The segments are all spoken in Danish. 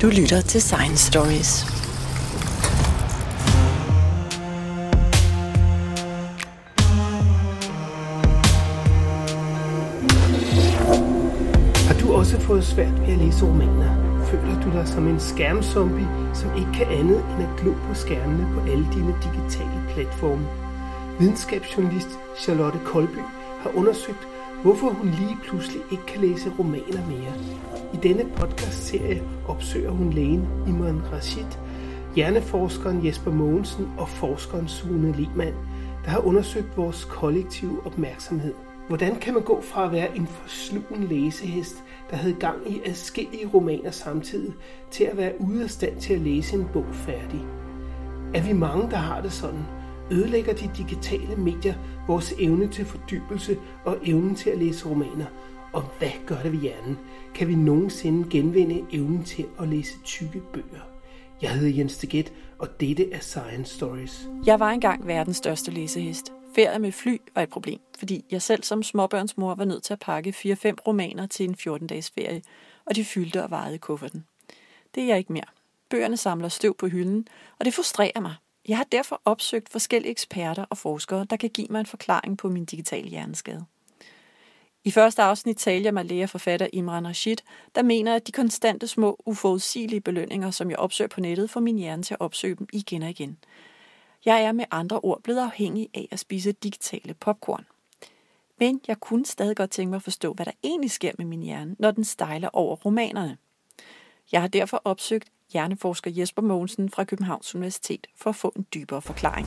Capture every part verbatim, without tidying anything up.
Du lytter til Science Stories. Har du også fået svært ved at læse romaner? Føler du dig som en skærmzombie, som ikke kan andet end at glo på skærmene på alle dine digitale platforme? Videnskabsjournalist Charlotte Kolby har undersøgt, hvorfor hun lige pludselig ikke kan læse romaner mere. I denne podcast-serie opsøger hun lægen Imran Rashid, hjerneforskeren Jesper Mogensen og forskeren Sune Lehmann, der har undersøgt vores kollektive opmærksomhed. Hvordan kan man gå fra at være en forslugen læsehest, der havde gang i adskillige romaner samtidig, til at være ude af stand til at læse en bog færdig? Er vi mange, der har det sådan? Ødelægger de digitale medier vores evne til fordybelse og evnen til at læse romaner? Og hvad gør det ved hjernen? Kan vi nogensinde genvinde evnen til at læse tykke bøger? Jeg hedder Jens Teget, og dette er Science Stories. Jeg var engang verdens største læsehest. Ferie med fly var et problem, fordi jeg selv som småbørnsmor var nødt til at pakke fire fem romaner til en fjorten-dages ferie, og de fyldte og varede i kufferten. Det er jeg ikke mere. Bøgerne samler støv på hylden, og det frustrerer mig. Jeg har derfor opsøgt forskellige eksperter og forskere, der kan give mig en forklaring på min digitale hjerneskade. I første afsnit talte jeg med læge og forfatter Imran Rashid, der mener, at de konstante små, uforudsigelige belønninger, som jeg opsøger på nettet, får min hjerne til at opsøge dem igen og igen. Jeg er med andre ord blevet afhængig af at spise digitale popcorn. Men jeg kunne stadig godt tænke mig at forstå, hvad der egentlig sker med min hjerne, når den stejler over romanerne. Jeg har derfor opsøgt hjerneforsker Jesper Mogensen fra Københavns Universitet for at få en dybere forklaring.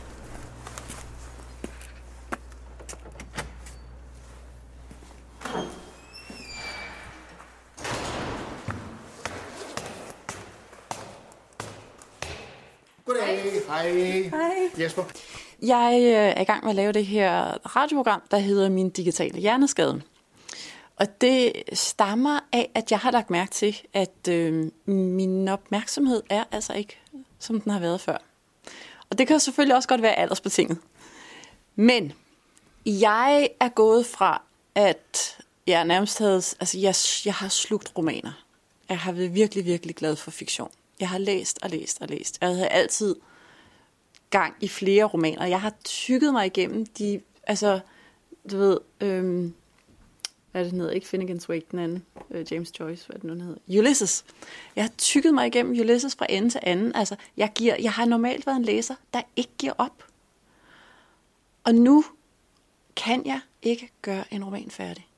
Goddag. Hej. Hej. Jesper. Jeg er i gang med at lave det her radioprogram, der hedder Min digitale hjerneskade. Og det stammer af, at jeg har lagt mærke til, at øh, min opmærksomhed er altså ikke, som den har været før. Og det kan selvfølgelig også godt være aldersbetinget. Men jeg er gået fra, at jeg nærmest havde, altså jeg, jeg har slugt romaner. Jeg har været virkelig, virkelig glad for fiktion. Jeg har læst og læst og læst. Jeg havde altid gang i flere romaner. Jeg har tykket mig igennem de, altså, du ved, øhm, hvad er det, den hedder? Ikke Finnegan's Wake, den anden. Øh, James Joyce, hvad er det nu, den hedder? Ulysses. Jeg har tykket mig igennem Ulysses fra ende til anden. Altså, jeg, giver, jeg har normalt været en læser, der ikke giver op. Og nu kan jeg ikke gøre en roman færdig.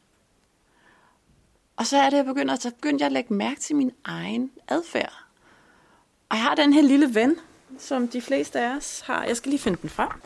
Og så er det, jeg begynder, så begyndte jeg at lægge mærke til min egen adfærd. Og jeg har den her lille ven, som de fleste af os har. Jeg skal lige finde den frem.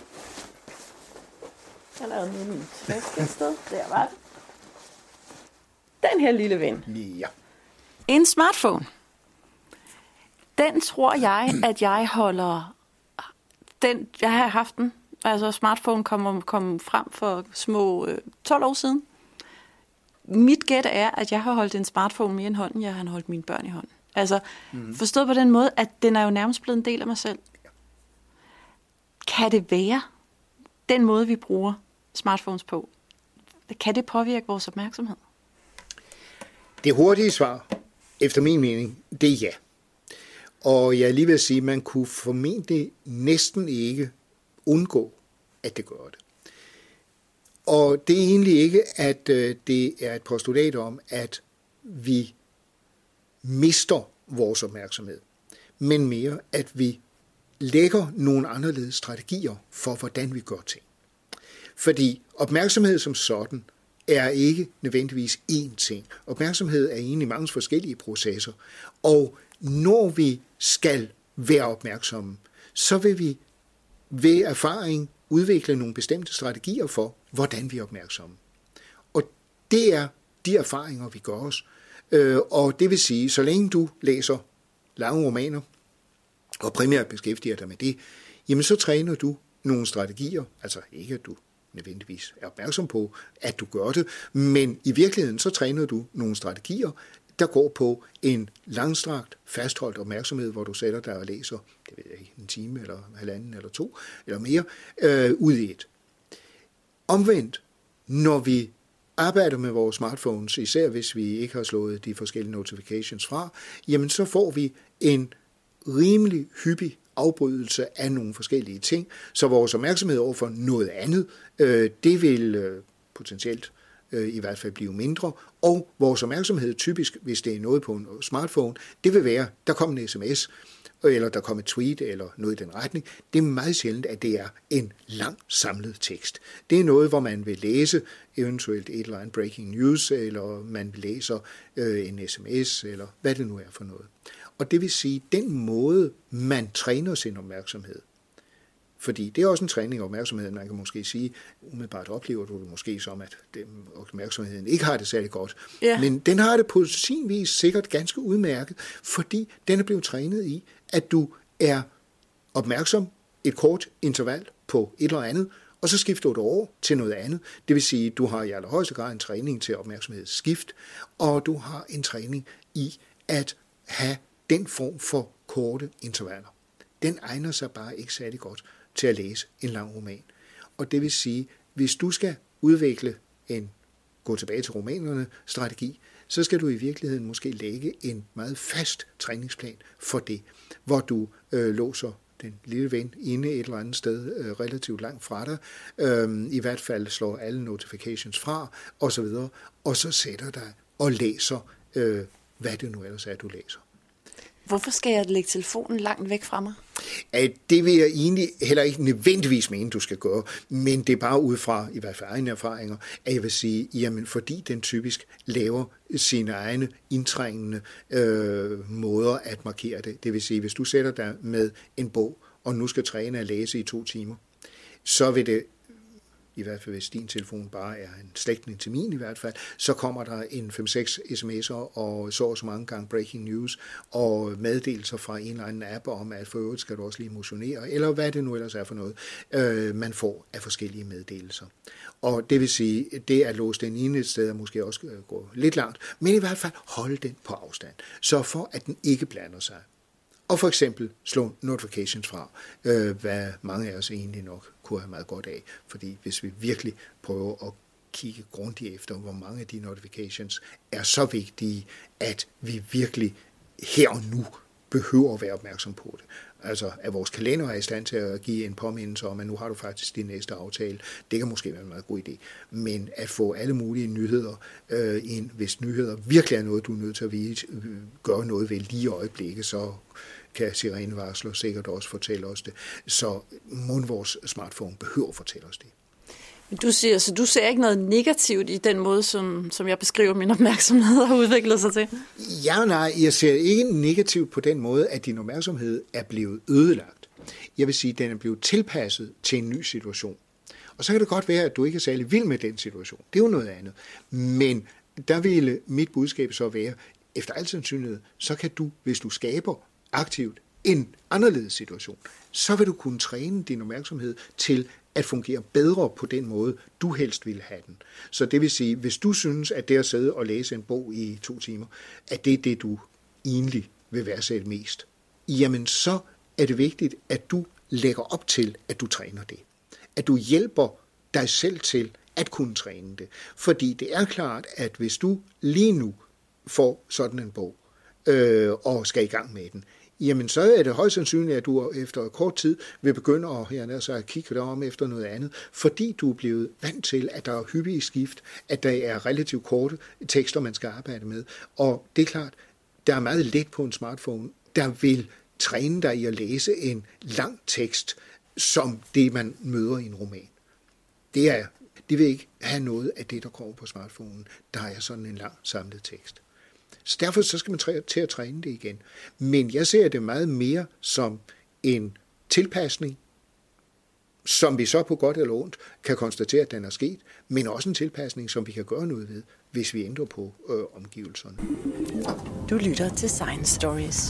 Jeg lavede den i min taske et sted. Der var det. Den her lille ven. Ja. En smartphone. Den tror jeg, at jeg holder... Den, jeg har haft den. Altså smartphone kom, kom frem for små øh, tolv år siden. Mit gæt er, at jeg har holdt en smartphone mere i hånden, jeg har holdt mine børn i hånden. Altså, mm. forstået på den måde, at den er jo nærmest blevet en del af mig selv. Ja. Kan det være den måde, vi bruger smartphones på? Kan det påvirke vores opmærksomhed? Det hurtige svar, efter min mening, det er ja. Og jeg er lige ved at sige, at man kunne formentlig næsten ikke undgå, at det gør det. Og det er egentlig ikke, at det er et postulat om, at vi mister vores opmærksomhed, men mere, at vi lægger nogle anderledes strategier for, hvordan vi gør ting. Fordi opmærksomhed som sådan er ikke nødvendigvis én ting. Opmærksomhed er egentlig mange forskellige processer, og når vi skal være opmærksomme, så vil vi ved erfaring udvikle nogle bestemte strategier for, hvordan vi er opmærksomme. Og det er de erfaringer, vi gør os. Og det vil sige, så længe du læser lange romaner, og primært beskæftiger dig med det, jamen så træner du nogle strategier, altså ikke at du nødvendigvis er opmærksom på, at du gør det, men i virkeligheden så træner du nogle strategier, der går på en langstrakt, fastholdt opmærksomhed, hvor du sætter dig og læser, det ved jeg ikke, en time eller halvanden eller to, eller mere, øh, ud i et. Omvendt, når vi arbejder med vores smartphones, især hvis vi ikke har slået de forskellige notifications fra, jamen så får vi en rimelig hyppig afbrydelse af nogle forskellige ting, så vores opmærksomhed over for noget andet, øh, det vil øh, potentielt øh, i hvert fald blive mindre, og vores opmærksomhed typisk, hvis det er noget på en smartphone, det vil være, der kommer en sms, eller der kommer et tweet, eller noget i den retning. Det er meget sjældent, at det er en lang samlet tekst. Det er noget, hvor man vil læse eventuelt et eller andet breaking news, eller man læser øh, en sms, eller hvad det nu er for noget. Og det vil sige, den måde, man træner sin opmærksomhed, fordi det er også en træning af opmærksomheden, man kan måske sige, umiddelbart oplever du det måske som, at det, opmærksomheden ikke har det særlig godt. Ja. Men den har det på sin vis sikkert ganske udmærket, fordi den er blevet trænet i, at du er opmærksom et kort interval på et eller andet, og så skifter du over til noget andet. Det vil sige, at du har i allerhøjeste grad en træning til opmærksomhedsskift, og du har en træning i at have den form for korte intervaller. Den egner sig bare ikke særlig godt til at læse en lang roman. Og det vil sige, hvis du skal udvikle en, gå tilbage til romanerne, strategi, så skal du i virkeligheden måske lægge en meget fast træningsplan for det, hvor du øh, låser den lille ven inde et eller andet sted øh, relativt langt fra dig, øh, i hvert fald slår alle notifications fra, osv., og så sætter dig og læser, øh, hvad det nu ellers er, du læser. Hvorfor skal jeg lægge telefonen langt væk fra mig? Det vil jeg egentlig heller ikke nødvendigvis mene, du skal gøre, men det er bare ud fra, i hvert fald egne erfaringer, at jeg vil sige, jamen fordi den typisk laver sine egne indtrængende øh, måder at markere det. Det vil sige, hvis du sætter dig med en bog, og nu skal træne at læse i to timer, så vil det, i hvert fald hvis din telefon bare er en slægtning til min i hvert fald, så kommer der en fem seks sms'er og så og så mange gange breaking news og meddelelser fra en eller anden app om, at for øvrigt skal du også lige motionere, eller hvad det nu ellers er for noget, øh, man får af forskellige meddelelser. Og det vil sige, det at låse den ene et sted er måske også gå lidt langt, men i hvert fald holde den på afstand, så for at den ikke blander sig. Og for eksempel slå notifications fra, øh, hvad mange af os egentlig nok kunne have meget godt af. Fordi hvis vi virkelig prøver at kigge grundigt efter, hvor mange af de notifications er så vigtige, at vi virkelig her og nu behøver at være opmærksom på det. Altså, at vores kalender er i stand til at give en påmindelse om, at nu har du faktisk din næste aftale. Det kan måske være en meget god idé. Men at få alle mulige nyheder øh, ind, hvis nyheder virkelig er noget, du er nødt til at vide, øh, gøre noget ved lige i øjeblikket, så kan sirenevarsler sikkert også fortælle os det. Så må vores smartphone behøver at fortælle os det. Du siger, så du ser ikke noget negativt i den måde, som, som jeg beskriver min opmærksomhed har udviklet sig til? Ja, nej, jeg ser ikke negativt på den måde, at din opmærksomhed er blevet ødelagt. Jeg vil sige, at den er blevet tilpasset til en ny situation. Og så kan det godt være, at du ikke er særlig vild med den situation. Det er jo noget andet. Men der ville mit budskab så være, efter al sandsynlighed, så kan du, hvis du skaber aktivt en anderledes situation, så vil du kunne træne din opmærksomhed til at fungere bedre på den måde, du helst vil have den. Så det vil sige, hvis du synes, at det at sidde og læse en bog i to timer, at det er det, du egentlig vil værdsætte mest, jamen så er det vigtigt, at du lægger op til, at du træner det. At du hjælper dig selv til at kunne træne det. Fordi det er klart, at hvis du lige nu får sådan en bog, øh, og skal i gang med den, jamen så er det højst sandsynligt, at du efter kort tid vil begynde at, her, så at kigge dig om efter noget andet, fordi du er blevet vant til, at der er hyppige skift, at der er relativt korte tekster, man skal arbejde med. Og det er klart, der er meget let på en smartphone, der vil træne dig i at læse en lang tekst, som det, man møder i en roman. Det, er, det vil ikke have noget af det, der kommer på smartphonen, der er sådan en lang samlet tekst. Så derfor så skal man træ- til at træne det igen. Men jeg ser det meget mere som en tilpasning, som vi så på godt eller ondt kan konstatere, at den er sket, men også en tilpasning, som vi kan gøre noget ved, hvis vi ændrer på øh, omgivelserne. Du lytter til Science Stories.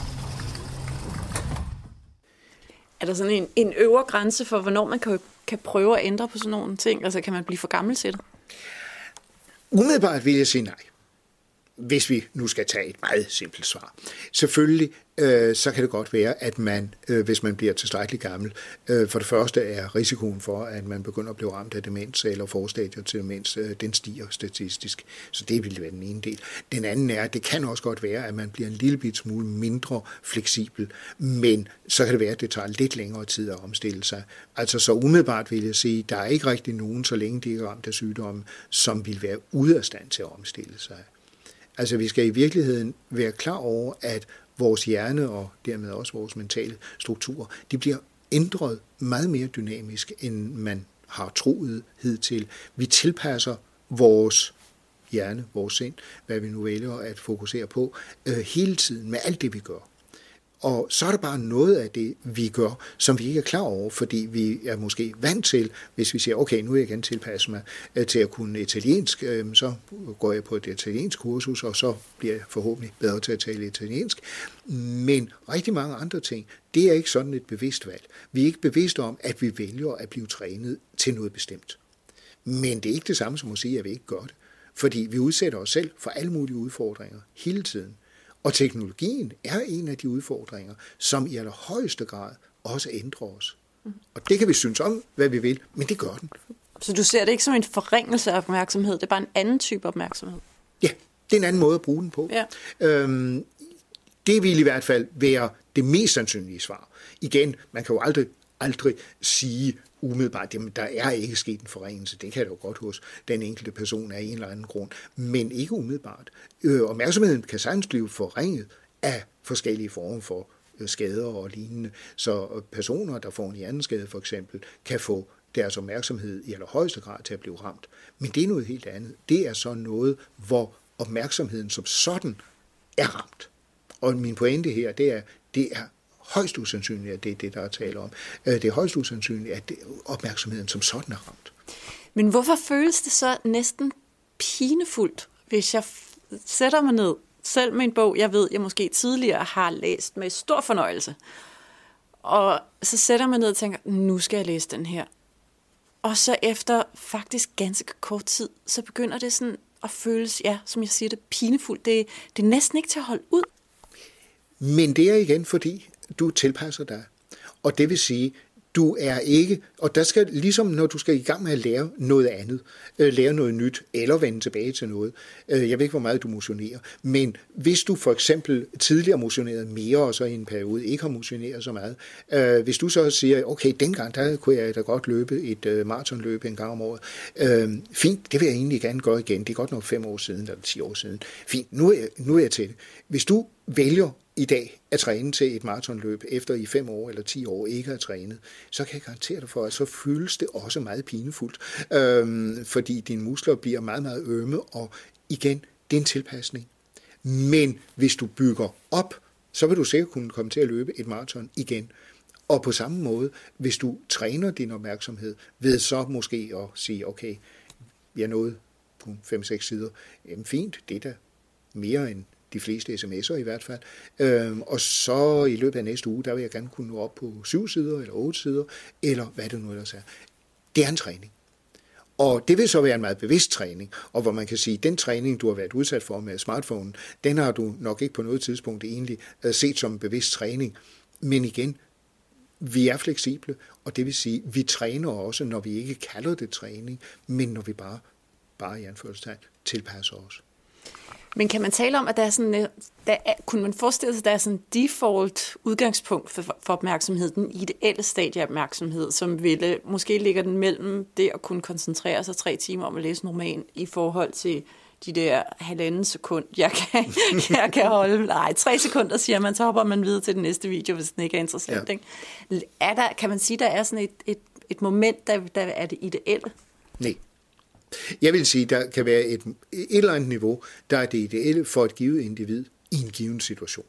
Er der sådan en, en øvre grænse for, hvornår man kan, kan prøve at ændre på sådan nogle ting? Altså kan man blive for gammel til det? Umiddelbart vil jeg sige nej. hvis vi nu skal tage et meget simpelt svar. Selvfølgelig, øh, så kan det godt være, at man, øh, hvis man bliver tilstrækkeligt gammel, øh, for det første er risikoen for, at man begynder at blive ramt af demens eller forstadier til demens, øh, den stiger statistisk. Så det vil være den ene del. Den anden er, at det kan også godt være, at man bliver en lille bit smule mindre fleksibel, men så kan det være, at det tager lidt længere tid at omstille sig. Altså så umiddelbart vil jeg sige, der er ikke rigtig nogen, så længe de er ramt af sygdommen, som vil være ude af stand til at omstille sig. Altså vi skal i virkeligheden være klar over, at vores hjerne og dermed også vores mentale strukturer, de bliver ændret meget mere dynamisk, end man har troet hidtil. Vi tilpasser vores hjerne, vores sind, hvad vi nu vælger at fokusere på, øh, hele tiden med alt det, vi gør. Og så er der bare noget af det, vi gør, som vi ikke er klar over, fordi vi er måske vant til, hvis vi siger, okay, nu vil jeg gerne tilpasse mig til at kunne italiensk, så går jeg på et italiensk kursus, og så bliver jeg forhåbentlig bedre til at tale italiensk. Men rigtig mange andre ting, det er ikke sådan et bevidst valg. Vi er ikke bevidste om, at vi vælger at blive trænet til noget bestemt. Men det er ikke det samme som at sige, at vi ikke gør det. Fordi vi udsætter os selv for alle mulige udfordringer hele tiden. Og teknologien er en af de udfordringer, som i allerhøjeste grad også ændrer os. Og det kan vi synes om, hvad vi vil, men det gør den. Så du ser det ikke som en forringelse af opmærksomhed, det er bare en anden type opmærksomhed? Ja, det er en anden måde at bruge den på. Ja. Øhm, det vil i hvert fald være det mest sandsynlige svar. Igen, man kan jo aldrig, aldrig sige umiddelbart, at der er ikke sket en forringelse. Det kan det jo godt hos den enkelte person af en eller anden grund, men ikke umiddelbart. Øh, opmærksomheden kan sagtens blive forringet af forskellige former for øh, skader og lignende. Så personer, der får en hjerneskade for eksempel, kan få deres opmærksomhed i allerhøjeste grad til at blive ramt. Men det er noget helt andet. Det er så noget, hvor opmærksomheden som sådan er ramt. Og min pointe her, det er, det er højst usandsynligt, at det er det, der er tale om. Det er højst usandsynligt, at det, opmærksomheden som sådan er ramt. Men hvorfor føles det så næsten pinefuldt, hvis jeg sætter mig ned, selv med en bog, jeg ved, jeg måske tidligere har læst med stor fornøjelse, og så sætter mig ned og tænker, nu skal jeg læse den her. Og så efter faktisk ganske kort tid, så begynder det sådan at føles, ja, som jeg siger, det pinefuldt. Det, det er næsten ikke til at holde ud. Men det er igen, fordi du tilpasser dig. Og det vil sige, du er ikke, og der skal, ligesom når du skal i gang med at lære noget andet, øh, lære noget nyt, eller vende tilbage til noget. Øh, jeg ved ikke, hvor meget du motionerer, men hvis du for eksempel tidligere motionerede mere, og så i en periode ikke har motioneret så meget, øh, hvis du så siger, okay, dengang, der kunne jeg da godt løbe et øh, maratonløb en gang om året. Øh, fint, det vil jeg egentlig gerne gøre igen. Det er godt nok fem år siden, eller ti år siden. Fint, nu er jeg, nu er jeg til det. Hvis du vælger i dag at træne til et maratonløb, efter i fem år eller ti år ikke har trænet, så kan jeg garantere dig for, at så føles det også meget pinefuldt, øhm, fordi dine muskler bliver meget, meget ømme, og igen, det er en tilpasning. Men hvis du bygger op, så vil du sikkert kunne komme til at løbe et maraton igen. Og på samme måde, hvis du træner din opmærksomhed ved så måske at sige, okay, jeg nåede på fem seks sider, jamen fint, det er da mere end de fleste sms'er i hvert fald. Øhm, og så i løbet af næste uge, der vil jeg gerne kunne nå op på syv sider eller otte sider, eller hvad det nu ellers er. Det er en træning. Og det vil så være en meget bevidst træning, og hvor man kan sige, at den træning, du har været udsat for med smartphone, den har du nok ikke på noget tidspunkt egentlig set som en bevidst træning. Men igen, vi er fleksible, og det vil sige, at vi træner også, når vi ikke kalder det træning, men når vi bare, bare i anførselstegn, tilpasser os. Men kan man tale om, at der er sådan, der er, kunne man forestille sig, at der er sådan en default udgangspunkt for, for opmærksomhed, den ideelle stadie af opmærksomhed, som ville, måske ligger den mellem det at kunne koncentrere sig tre timer om at læse en roman i forhold til de der halvanden sekund, jeg kan, jeg kan holde. Nej, tre sekunder, siger man, så hopper man videre til den næste video, hvis den ikke er interessant. Ja. Ikke? Er der, kan man sige, der er sådan et, et, et moment, der, der er det ideelle? Nej. Jeg vil sige, der kan være et, et eller andet niveau, der er det ideelle for et givet individ i en given situation.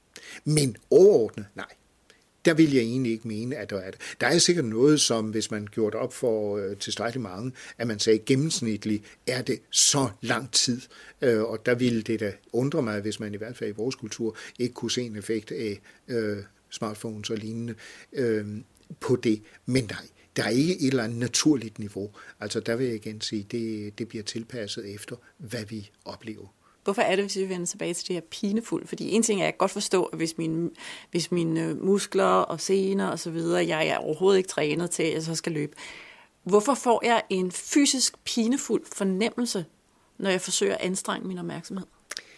Men overordnet, nej. Der vil jeg egentlig ikke mene, at der er det. Der er sikkert noget, som hvis man gjorde det op for øh, tilstrækkeligt mange, at man sagde, gennemsnitligt er det så lang tid. Øh, og der ville det da undre mig, hvis man i hvert fald i vores kultur ikke kunne se en effekt af øh, smartphones og lignende øh, på det. Men nej. Der er ikke et eller andet naturligt niveau. Altså der vil jeg igen sige, det, det bliver tilpasset efter, hvad vi oplever Hvorfor er det, hvis vi vender tilbage til det her pinefuld? Fordi en ting er, jeg kan godt forstå, at hvis mine, hvis mine muskler og sener og så videre, jeg er overhovedet ikke trænet til, at jeg så skal løbe. Hvorfor får jeg en fysisk pinefuld fornemmelse, når jeg forsøger at anstrenge min opmærksomhed?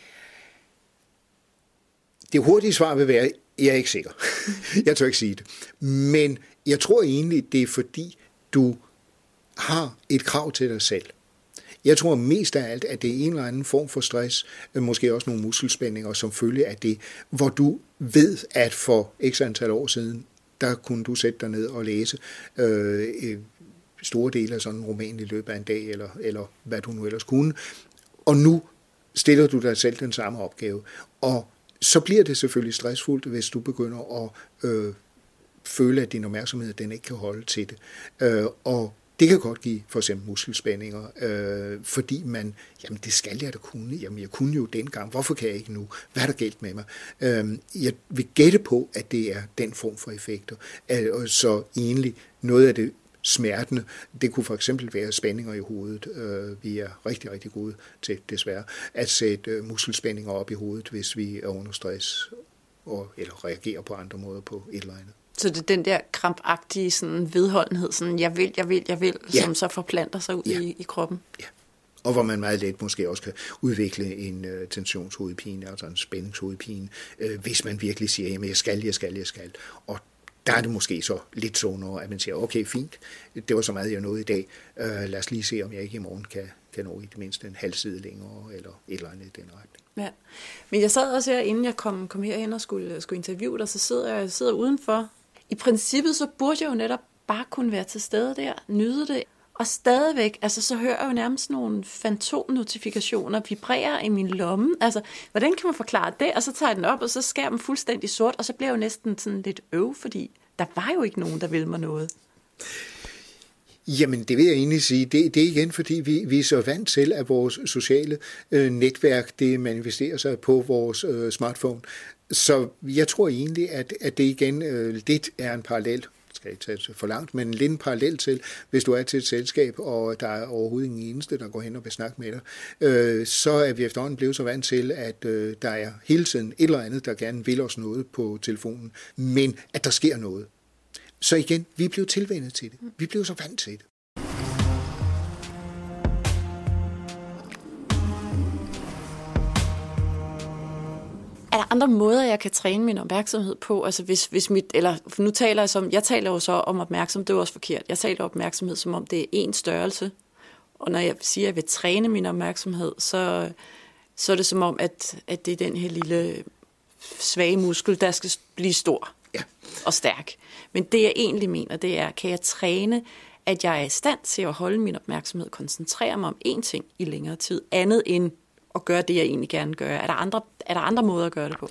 Det hurtige svar vil være, jeg er ikke sikker. Jeg tør ikke sige det. Men jeg tror egentlig, det er fordi, du har et krav til dig selv. Jeg tror mest af alt, at det er en eller anden form for stress, måske også nogle muskelspændinger, som følge af det, hvor du ved, at for x antal år siden, der kunne du sætte dig ned og læse øh, store dele af sådan en roman i løbet af en dag, eller, eller hvad du nu ellers kunne. Og nu stiller du dig selv den samme opgave. Og så bliver det selvfølgelig stressfuldt, hvis du begynder at øh, føle, at din opmærksomhed den ikke kan holde til det. Øh, og det kan godt give for eksempel muskelspændinger, øh, fordi man, jamen det skal jeg da kunne, jamen jeg kunne jo dengang, hvorfor kan jeg ikke nu, hvad er der galt med mig? Øh, jeg vil gætte på, at det er den form for effekter, øh, så egentlig noget af det smertende, det kunne for eksempel være spændinger i hovedet. Øh, vi er rigtig, rigtig gode til, desværre, at sætte øh, muskelspændinger op i hovedet, hvis vi er under stress, og, eller reagerer på andre måder på et eller andet. Så det er den der krampagtige sådan, vedholdenhed, sådan jeg vil, jeg vil, jeg vil, ja. som så forplanter sig ud ja. i, i kroppen. Ja, og hvor man meget let måske også kan udvikle en uh, tensionshovedpine, altså en spændingshovedpine, uh, hvis man virkelig siger, jamen jeg skal, jeg skal, jeg skal. Og der er det måske så lidt sundere, at man siger, okay, fint, det var så meget, jeg nåede i dag. Uh, lad os lige se, om jeg ikke i morgen kan, kan nå i det mindste en halv side længere, eller et eller andet i den retning. Ja, men jeg sad også her, inden jeg kom, kom herhen og skulle, skulle interviewe dig, så sidder jeg sidder udenfor. I princippet så burde jeg jo netop bare kunne være til stede der, nyde det, og stadigvæk, altså så hører jeg jo nærmest nogle fantomnotifikationer vibrere i min lomme. Altså, hvordan kan man forklare det? Og så tager jeg den op, og så skærer den fuldstændig sort, og så bliver jeg jo næsten sådan lidt øv, fordi der var jo ikke nogen, der ville mig noget. Jamen, det vil jeg egentlig sige. Det, det er igen, fordi vi, vi er så vant til, at vores sociale øh, netværk, det manifesterer sig på vores øh, smartphone. Så jeg tror egentlig, at, at det igen øh, lidt er en parallel, skal ikke tage for langt, men lidt en parallel til, hvis du er til et selskab, og der er overhovedet ingen eneste, der går hen og vil snakke med dig, øh, så er vi efterhånden blevet så vant til, at øh, der er hele tiden et eller andet, der gerne vil os noget på telefonen, men at der sker noget. Så igen, vi er blevet tilvænnet til det. Vi er blevet så vant til det. Er der andre måder, jeg kan træne min opmærksomhed på? Altså hvis, hvis mit, eller nu taler jeg som, jeg taler jo så om opmærksomhed, det er også forkert. Jeg taler om opmærksomhed, som om det er en størrelse. Og når jeg siger, at jeg vil træne min opmærksomhed, så, så er det som om, at, at det er den her lille svage muskel, der skal blive stor ja. og stærk. Men det jeg egentlig mener, det er, kan jeg træne, at jeg er i stand til at holde min opmærksomhed, koncentrere mig om én ting i længere tid, andet end at gøre det, jeg egentlig gerne gør. Er der andre, er der andre måder at gøre det på?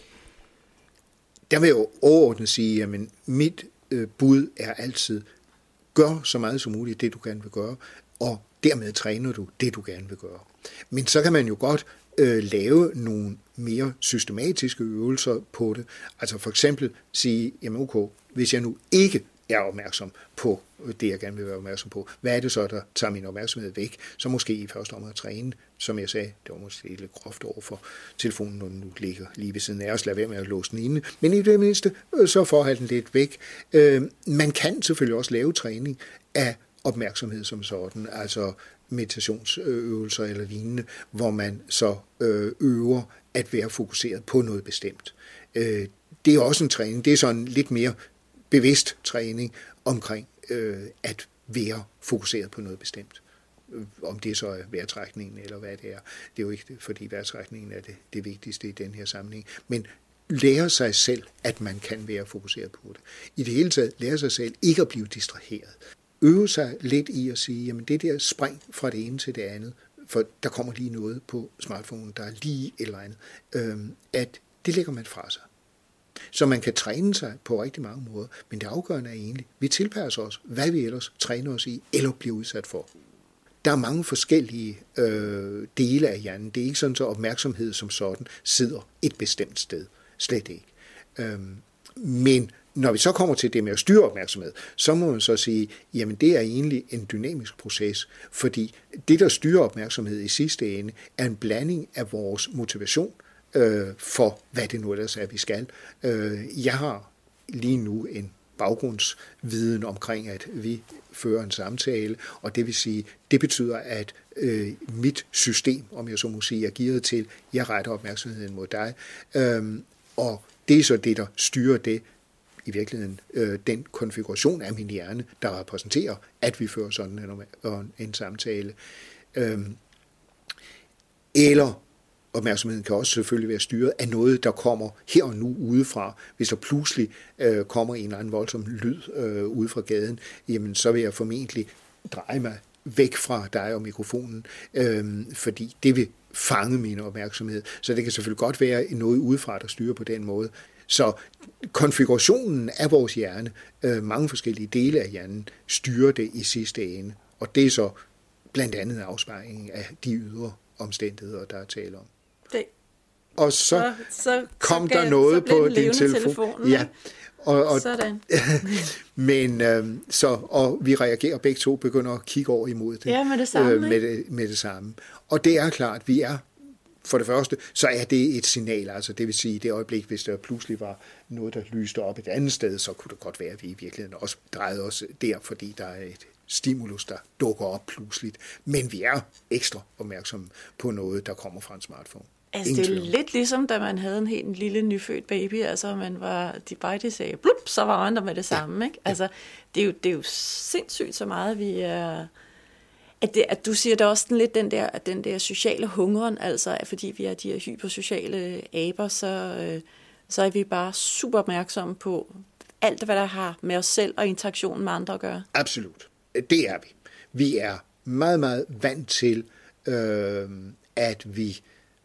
Der vil jeg jo overordnet sige, at mit øh, bud er altid, gør så meget som muligt det, du gerne vil gøre, og dermed træner du det, du gerne vil gøre. Men så kan man jo godt øh, lave nogle mere systematiske øvelser på det. Altså for eksempel sige, jamen okay, hvis jeg nu ikke er opmærksom på det, jeg gerne vil være opmærksom på. Hvad er det så, der tager min opmærksomhed væk? Så måske i første omgang at træne, som jeg sagde, det var måske lidt groft over for telefonen, når den nu ligger lige ved siden af os. Lad være med at låse den inde. Men i det mindste, så får jeg den lidt væk. Man kan selvfølgelig også lave træning af opmærksomhed som sådan, altså meditationsøvelser eller lignende, hvor man så øver at være fokuseret på noget bestemt. Det er også en træning. Det er sådan lidt mere bevidst træning omkring øh, at være fokuseret på noget bestemt. Om det så er vejrtrækningen eller hvad det er. Det er jo ikke, fordi vejrtrækningen er det, det vigtigste i den her sammenhæng. Men lære sig selv, at man kan være fokuseret på det. I det hele taget lære sig selv ikke at blive distraheret. Øve sig lidt i at sige, jamen det der spring fra det ene til det andet, for der kommer lige noget på smartphonen, der er lige et eller andet, øh, at det lægger man fra sig. Så man kan træne sig på rigtig mange måder, men det afgørende er egentlig, at vi tilpasser os, hvad vi ellers træner os i, eller bliver udsat for. Der er mange forskellige øh, dele af hjernen. Det er ikke sådan, så opmærksomhed som sådan sidder et bestemt sted. Slet ikke. Øhm, men Når vi så kommer til det med at styre opmærksomhed, så må man så sige, jamen det er egentlig en dynamisk proces, fordi det, der styrer opmærksomhed i sidste ende, er en blanding af vores motivation øh, for, hvad det nu ellers er, vi skal. Øh, jeg har lige nu en baggrundsviden omkring, at vi fører en samtale, og det vil sige, det betyder, at øh, mit system, om jeg så må sige, er gearet til, jeg retter opmærksomheden mod dig, øh, og det er så det, der styrer det, i virkeligheden øh, den konfiguration af min hjerne, der repræsenterer, at vi fører sådan en, en samtale. Øhm, eller opmærksomheden kan også selvfølgelig være styret af noget, der kommer her og nu udefra. Hvis der pludselig øh, kommer en eller anden voldsom lyd øh, ude fra gaden, jamen så vil jeg formentlig dreje mig væk fra dig og mikrofonen, øh, fordi det vil fange min opmærksomhed. Så det kan selvfølgelig godt være noget udefra, der styrer på den måde. Så konfigurationen af vores hjerne, øh, mange forskellige dele af hjernen, styrer det i sidste ende. Og det er så blandt andet afspejlingen af de ydre omstændigheder, der er tale om. Det. Og så, så, så kom så der noget så på din telefon. telefon Ja. Og, og, Sådan. men øh, så, og vi reagerer begge to, begynder at kigge over imod det. Ja, med det samme. Øh, med, det, med det samme. Og det er klart, vi er for det første, så er det et signal, altså det vil sige, det øjeblik, hvis der pludselig var noget, der lyste op et andet sted, så kunne det godt være, at vi i virkeligheden også drejede os der, fordi der er et stimulus, der dukker op pludseligt. Men vi er ekstra opmærksomme på noget, der kommer fra en smartphone. Altså, det er lidt ligesom, da man havde en helt en lille nyfødt baby, altså man var, de bare de sagde, blup, så var man der med det samme, ikke? Altså, det er jo, det er jo sindssygt så meget, vi er... At, det, at du siger det også lidt den der, at den der sociale hungeren, altså at fordi vi er de her hypersociale aber, så, øh, så er vi bare super opmærksomme på alt, hvad der har med os selv og interaktionen med andre at gøre. Absolut. Det er vi. Vi er meget, meget vant til, øh, at vi,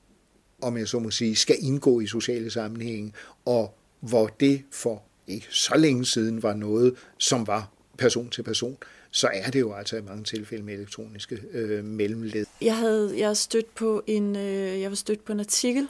om jeg så må sige, skal indgå i sociale sammenhænge, og hvor det for ikke så længe siden var noget, som var person til person, så er det jo altså i mange tilfælde med elektroniske øh, mellemled. Jeg havde jeg stødt på en øh, jeg var stødt på en artikel,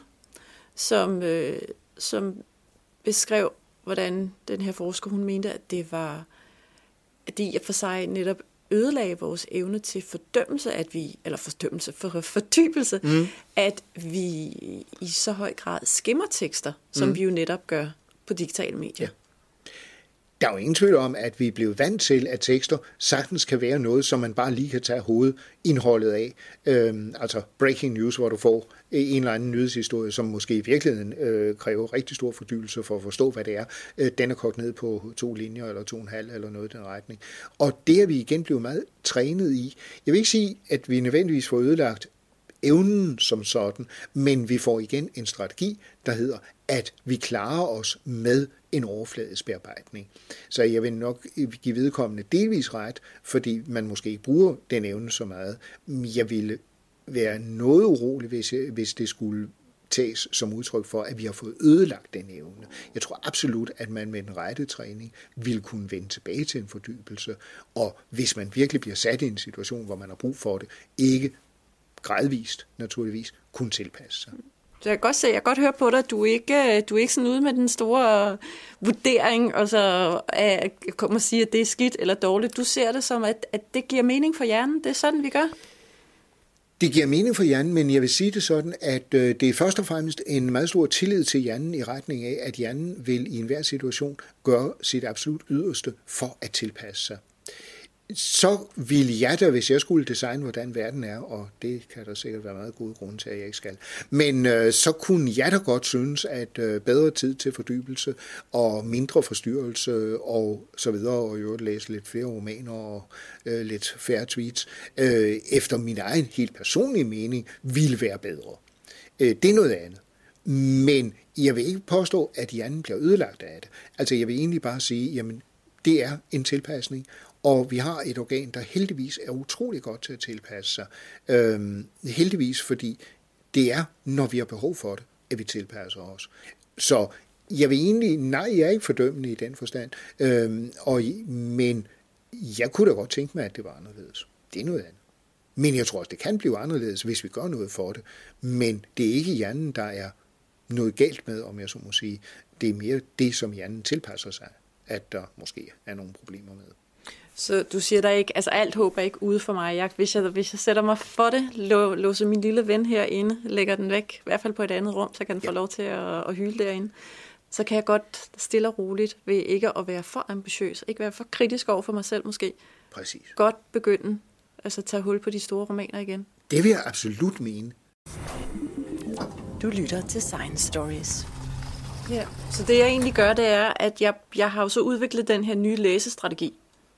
som øh, som beskrev, hvordan den her forsker hun mente, at det var at det for sig netop ødelagde vores evne til fordømmelse, at vi eller fordømmelse for fordybelse, mm. at vi i så høj grad skimmer tekster, som mm. vi jo netop gør på digitale medier. Ja. Der er jo ingen tvivl om, at vi er blevet vant til, at tekster sagtens kan være noget, som man bare lige kan tage hovedindholdet af. Øhm, altså breaking news, hvor du får en eller anden nyhedshistorie, som måske i virkeligheden øh, kræver rigtig stor fordybelse for at forstå, hvad det er. Øh, den er kogt ned på to linjer, eller to og en halv, eller noget i den retning. Og det er vi igen blevet meget trænet i. Jeg vil ikke sige, at vi nødvendigvis får ødelagt evnen som sådan, men vi får igen en strategi, der hedder, at vi klarer os med en overfladisk bearbejdning. Så jeg vil nok give vedkommende delvis ret, fordi man måske ikke bruger den evne så meget. Jeg ville være noget urolig, hvis, jeg, hvis det skulle tages som udtryk for, at vi har fået ødelagt den evne. Jeg tror absolut, at man med den rette træning vil kunne vende tilbage til en fordybelse, og hvis man virkelig bliver sat i en situation, hvor man har brug for det, ikke gradvist, naturligvis, kunne tilpasse sig. Så jeg kan godt se, jeg kan godt høre på dig, at du ikke du er ikke sådan ude med den store vurdering, og så at komme og sige, at det er skidt eller dårligt. Du ser det som, at, at det giver mening for hjernen. Det er sådan, vi gør. Det giver mening for hjernen, men jeg vil sige det sådan, at det er først og fremmest en meget stor tillid til hjernen i retning af, at hjernen vil i enhver situation gøre sit absolut yderste for at tilpasse sig. Så ville jeg da, hvis jeg skulle designe, hvordan verden er, og det kan der sikkert være meget gode grunde til, at jeg ikke skal, men øh, så kunne jeg da godt synes, at øh, bedre tid til fordybelse og mindre forstyrrelse og så videre, og i øvrigt læse lidt flere romaner og øh, lidt færre tweets, øh, efter min egen helt personlige mening, ville være bedre. Øh, det er noget andet. Men jeg vil ikke påstå, at hjernen bliver ødelagt af det. Altså jeg vil egentlig bare sige, jamen det er en tilpasning, og vi har et organ, der heldigvis er utrolig godt til at tilpasse sig. Øhm, heldigvis, fordi det er, når vi har behov for det, at vi tilpasser os. Så jeg vil egentlig, nej, jeg er ikke fordømmende i den forstand, øhm, og, men jeg kunne da godt tænke mig, at det var anderledes. Det er noget andet. Men jeg tror også, det kan blive anderledes, hvis vi gør noget for det. Men det er ikke hjernen, der er noget galt med, om jeg så må sige. Det er mere det, som hjernen tilpasser sig at der måske er nogle problemer med. Så du siger der ikke, altså alt håb er ikke ude for mig. Jeg, hvis, jeg, hvis jeg sætter mig for det, lå, låser min lille ven herinde, lægger den væk, i hvert fald på et andet rum, så kan den ja. få lov til at, at hyle derinde. Så kan jeg godt stille og roligt ved ikke at være for ambitiøs, ikke være for kritisk over for mig selv måske. Præcis. Godt begynde, altså tage hul på de store romaner igen. Det vil jeg absolut mene. Du lytter til Science Stories. Ja, så det jeg egentlig gør, det er, at jeg, jeg har jo så udviklet den her nye læsestrategi.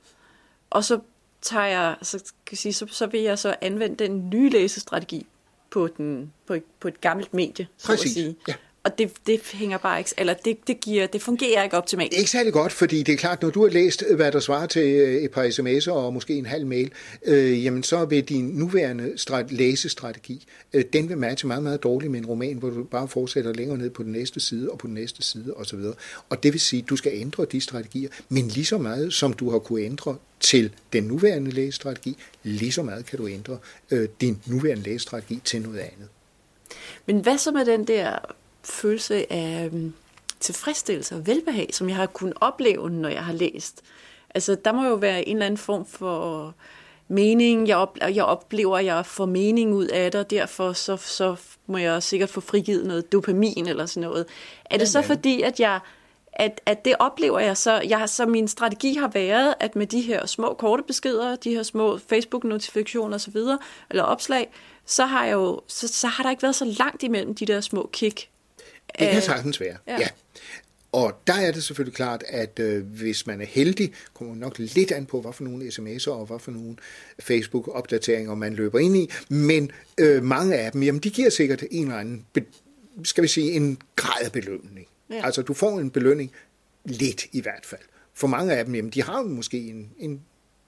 Og så tager jeg, så, kan sige, så, så vil jeg så anvende den nye læsestrategi på, den, på, på et gammelt medie, så Præcis. at sige. Ja. Og det, det hænger bare ikke, eller det, det, giver, det fungerer ikke optimalt. Det er ikke særlig godt, fordi det er klart, når du har læst, hvad der svarer til et par sms'er og måske en halv mail, øh, jamen så vil din nuværende strat- læsestrategi, øh, den vil matche meget, meget dårligt med en roman, hvor du bare fortsætter længere ned på den næste side og på den næste side osv. Og det vil sige, at du skal ændre de strategier, men lige så meget, som du har kunne ændre til den nuværende læsestrategi, lige så meget kan du ændre øh, din nuværende læsestrategi til noget andet. Men hvad så med den der følelse af um, tilfredsstillelse og velbehag, som jeg har kunnet opleve, når jeg har læst? Altså, der må jo være en eller anden form for mening. Jeg, op, jeg oplever, at jeg får mening ud af det, og derfor så, så må jeg sikkert få frigivet noget dopamin eller sådan noget. Er det så fordi, at jeg At, at det oplever jeg så, jeg, så min strategi har været, at med de her små korte beskeder, de her små Facebook-notifikationer osv., eller opslag, så har, jeg jo, så, så har der ikke været så langt imellem de der små kick. Det kan sagtens være, ja. ja. Og der er det selvfølgelig klart, at øh, hvis man er heldig, kommer nok lidt an på, hvad for nogle sms'er og hvad for nogle Facebook-opdateringer man løber ind i, men øh, mange af dem, jamen de giver sikkert en eller anden, skal vi sige, en grad af belønning. Ja. Altså, du får en belønning, lidt i hvert fald. For mange af dem, jamen, de har måske en, en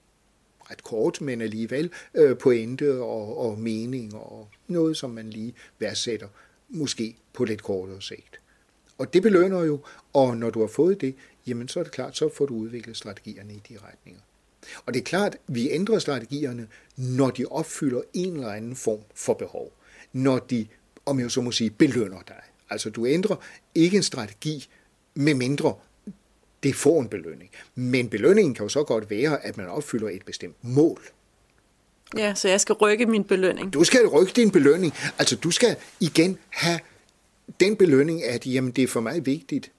ret kort, men alligevel øh, pointe og, og mening og noget, som man lige værdsætter, måske på lidt kortere sigt. Og det belønner jo, og når du har fået det, jamen, så er det klart, så får du udviklet strategierne i de retninger. Og det er klart, vi ændrer strategierne, når de opfylder en eller anden form for behov. Når de, om jeg så må sige, belønner dig. Altså, du ændrer ikke en strategi, med mindre det får en belønning. Men belønningen kan jo så godt være, at man opfylder et bestemt mål. Ja, så jeg skal rykke min belønning. Du skal rykke din belønning. Altså, du skal igen have den belønning, at jamen, det er for mig vigtigt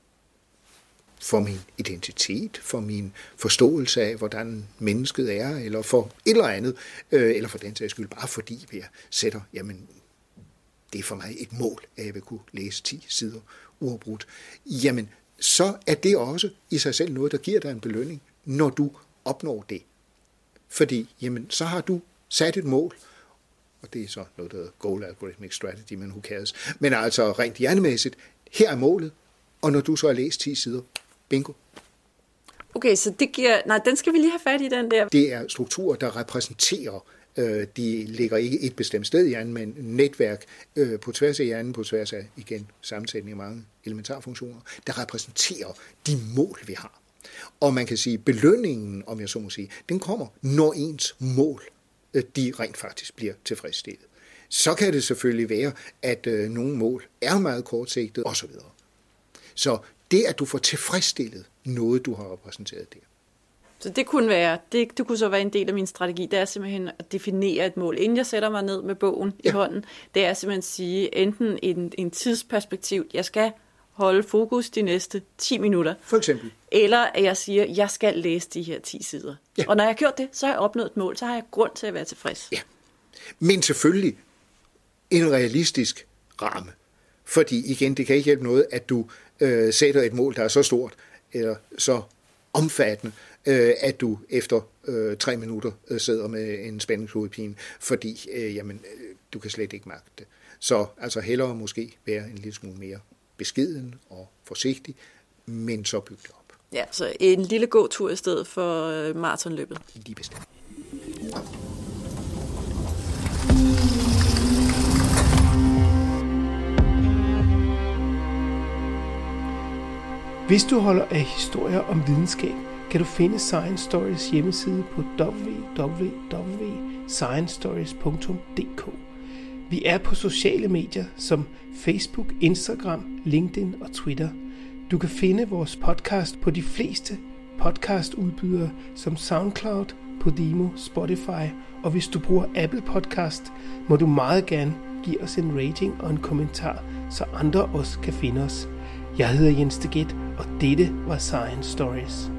for min identitet, for min forståelse af, hvordan mennesket er, eller for et eller andet, øh, eller for den sags skyld, bare fordi jeg sætter, jamen, det er for mig et mål, at jeg vil kunne læse ti sider uafbrudt. Jamen, så er det også i sig selv noget, der giver dig en belønning, når du opnår det. Fordi, jamen, så har du sat et mål, og det er så noget, der hedder Goal Algorithmic Strategy, men who cares. Men altså rent hjernemæssigt, her er målet, og når du så har læst ti sider, bingo. Okay, så det giver... Nej, den skal vi lige have fat i, den der. Det er strukturer, der repræsenterer. De ligger ikke et bestemt sted i hjernen, men netværk øh, på tværs af hjernen, på tværs af, igen, sammensætning af mange elementarfunktioner, der repræsenterer de mål, vi har. Og man kan sige, belønningen, om jeg så må sige, den kommer, når ens mål, øh, de rent faktisk bliver tilfredsstillet. Så kan det selvfølgelig være, at øh, nogle mål er meget kortsigtet, osv. Så det, at du får tilfredsstillet noget, du har repræsenteret der. Så det kunne være, det, det kunne så være en del af min strategi, det er simpelthen at definere et mål. Inden jeg sætter mig ned med bogen ja. i hånden, det er simpelthen at sige, enten en, en tidsperspektiv, jeg skal holde fokus de næste ti minutter. For eksempel. Eller at jeg siger, jeg skal læse de her ti sider. Ja. Og når jeg har gjort det, så har jeg opnået et mål, så har jeg grund til at være tilfreds. Ja, men selvfølgelig en realistisk ramme. Fordi igen, det kan ikke hjælpe noget, at du øh, sætter et mål, der er så stort, eller så omfattende, øh, at du efter øh, tre minutter øh, sidder med en spændingshovedpine, fordi øh, jamen, øh, du kan slet ikke magte det. Så altså hellere måske være en lille smule mere beskeden og forsigtig, men så bygge det op. Ja, så en lille gåtur i stedet for øh, maratonløbet. Lige bestemt. Hvis du holder af historier om videnskab, kan du finde Science Stories hjemmeside på w w w punktum science stories punktum d k. Vi er på sociale medier som Facebook, Instagram, LinkedIn og Twitter. Du kan finde vores podcast på de fleste podcastudbydere som SoundCloud, Podimo, Spotify, og hvis du bruger Apple Podcast, må du meget gerne give os en rating og en kommentar, så andre også kan finde os. Jeg hedder Jens Deget, og dette var Science Stories.